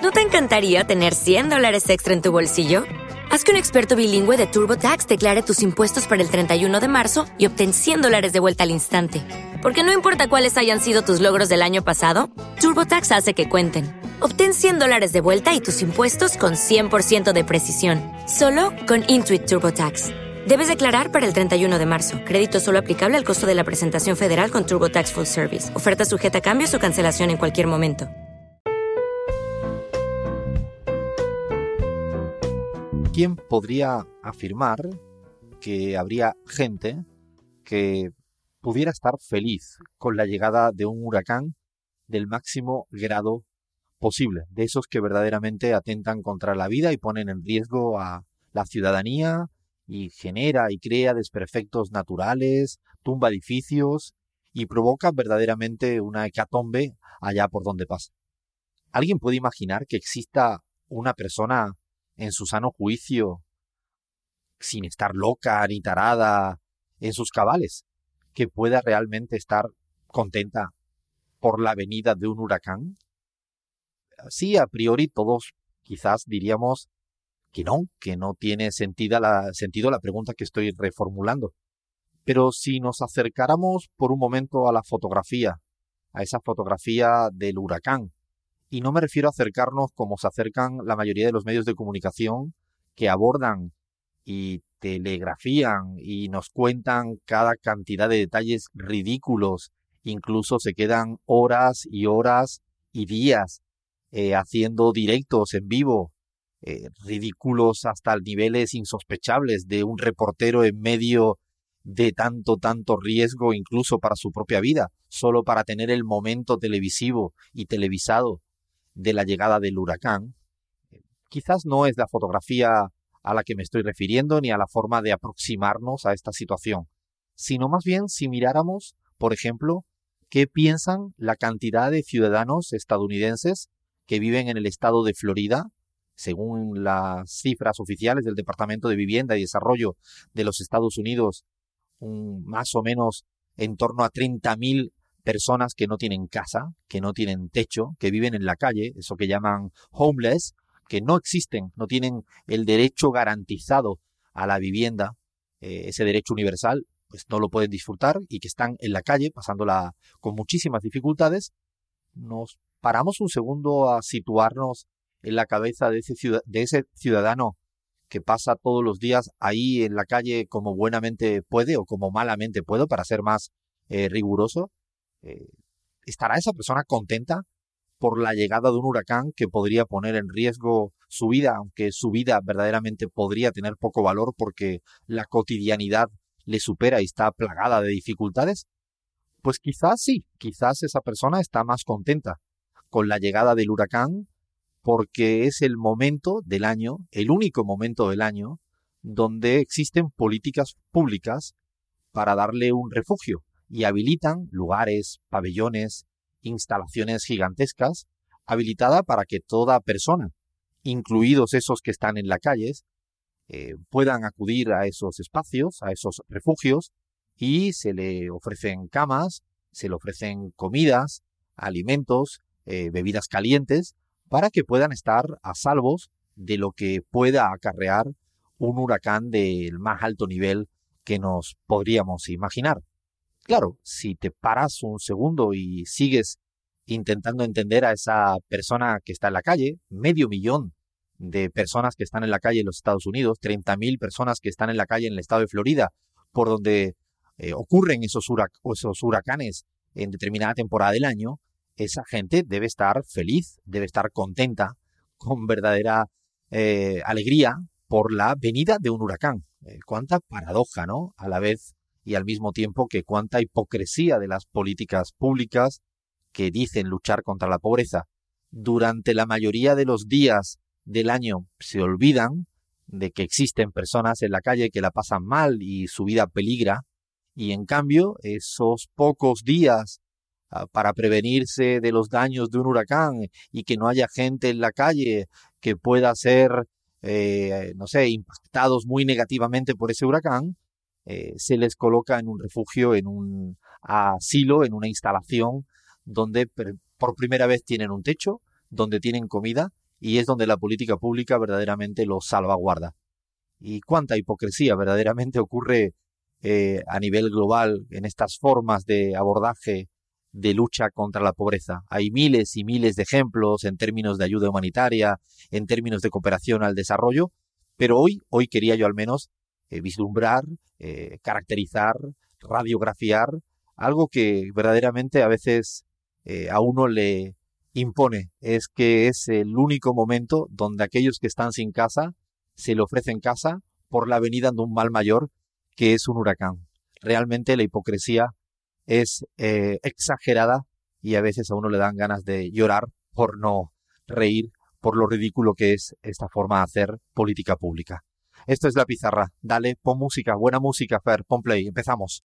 ¿No te encantaría tener $100 extra en tu bolsillo? Haz que un experto bilingüe de TurboTax declare tus impuestos para el 31 de marzo y obtén $100 de vuelta al instante. Porque no importa cuáles hayan sido tus logros del año pasado, TurboTax hace que cuenten. Obtén $100 de vuelta y tus impuestos con 100% de precisión. Solo con Intuit TurboTax. Debes declarar para el 31 de marzo. Crédito solo aplicable al costo de la presentación federal con TurboTax Full Service. Oferta sujeta a cambios o cancelación en cualquier momento. ¿Quién podría afirmar que habría gente que pudiera estar feliz con la llegada de un huracán del máximo grado posible, de esos que verdaderamente atentan contra la vida y ponen en riesgo a la ciudadanía y genera y crea desperfectos naturales, tumba edificios y provoca verdaderamente una hecatombe allá por donde pasa? ¿Alguien puede imaginar que exista una persona en su sano juicio, sin estar loca ni tarada, en sus cabales, que pueda realmente estar contenta por la venida de un huracán? Sí, a priori todos quizás diríamos que no tiene sentido la pregunta que estoy reformulando. Pero si nos acercáramos por un momento a la fotografía, a esa fotografía del huracán, y no me refiero a acercarnos como se acercan la mayoría de los medios de comunicación que abordan y telegrafían y nos cuentan cada cantidad de detalles ridículos, incluso se quedan horas y horas y días haciendo directos en vivo, ridículos hasta niveles insospechables de un reportero en medio de tanto riesgo incluso para su propia vida, solo para tener el momento televisivo y televisado de la llegada del huracán. Quizás no es la fotografía a la que me estoy refiriendo ni a la forma de aproximarnos a esta situación, sino más bien si miráramos, por ejemplo, qué piensan la cantidad de ciudadanos estadounidenses que viven en el estado de Florida, según las cifras oficiales del Departamento de Vivienda y Desarrollo de los Estados Unidos, más o menos en torno a 30.000 personas que no tienen casa, que no tienen techo, que viven en la calle, eso que llaman homeless, que no existen, no tienen el derecho garantizado a la vivienda, ese derecho universal, pues no lo pueden disfrutar y que están en la calle pasándola con muchísimas dificultades. Nos paramos un segundo a situarnos en la cabeza de ese ciudadano que pasa todos los días ahí en la calle como buenamente puede o como malamente puede, para ser más riguroso. ¿Estará esa persona contenta por la llegada de un huracán que podría poner en riesgo su vida, aunque su vida verdaderamente podría tener poco valor porque la cotidianidad le supera y está plagada de dificultades? Pues quizás sí, quizás esa persona está más contenta con la llegada del huracán porque es el momento del año, el único momento del año, donde existen políticas públicas para darle un refugio y habilitan lugares, pabellones, instalaciones gigantescas, habilitada para que toda persona, incluidos esos que están en las calles, puedan acudir a esos espacios, a esos refugios, y se le ofrecen camas, se le ofrecen comidas, alimentos, bebidas calientes, para que puedan estar a salvos de lo que pueda acarrear un huracán del más alto nivel que nos podríamos imaginar. Claro, si te paras un segundo y sigues intentando entender a esa persona que está en la calle, 500.000 de personas que están en la calle en los Estados Unidos, 30.000 personas que están en la calle en el estado de Florida, por donde ocurren esos huracanes en determinada temporada del año, esa gente debe estar feliz, debe estar contenta, con verdadera alegría por la venida de un huracán. Cuánta paradoja, ¿no? A la vez y al mismo tiempo que cuánta hipocresía de las políticas públicas que dicen luchar contra la pobreza. Durante la mayoría de los días del año se olvidan de que existen personas en la calle que la pasan mal y su vida peligra, y en cambio esos pocos días para prevenirse de los daños de un huracán y que no haya gente en la calle que pueda ser, impactados muy negativamente por ese huracán, se les coloca en un refugio, en un asilo, en una instalación donde por primera vez tienen un techo, donde tienen comida y es donde la política pública verdaderamente lo salvaguarda. Y cuánta hipocresía verdaderamente ocurre a nivel global en estas formas de abordaje de lucha contra la pobreza. Hay miles y miles de ejemplos en términos de ayuda humanitaria, en términos de cooperación al desarrollo, pero hoy quería yo al menos vislumbrar, caracterizar, radiografiar algo que verdaderamente a veces a uno le impone. Es que es el único momento donde aquellos que están sin casa se le ofrecen casa por la venida de un mal mayor que es un huracán. Realmente la hipocresía es exagerada y a veces a uno le dan ganas de llorar por no reír por lo ridículo que es esta forma de hacer política pública. Esto es La Pizarra. Dale, pon música, buena música, Fer, pon play, empezamos.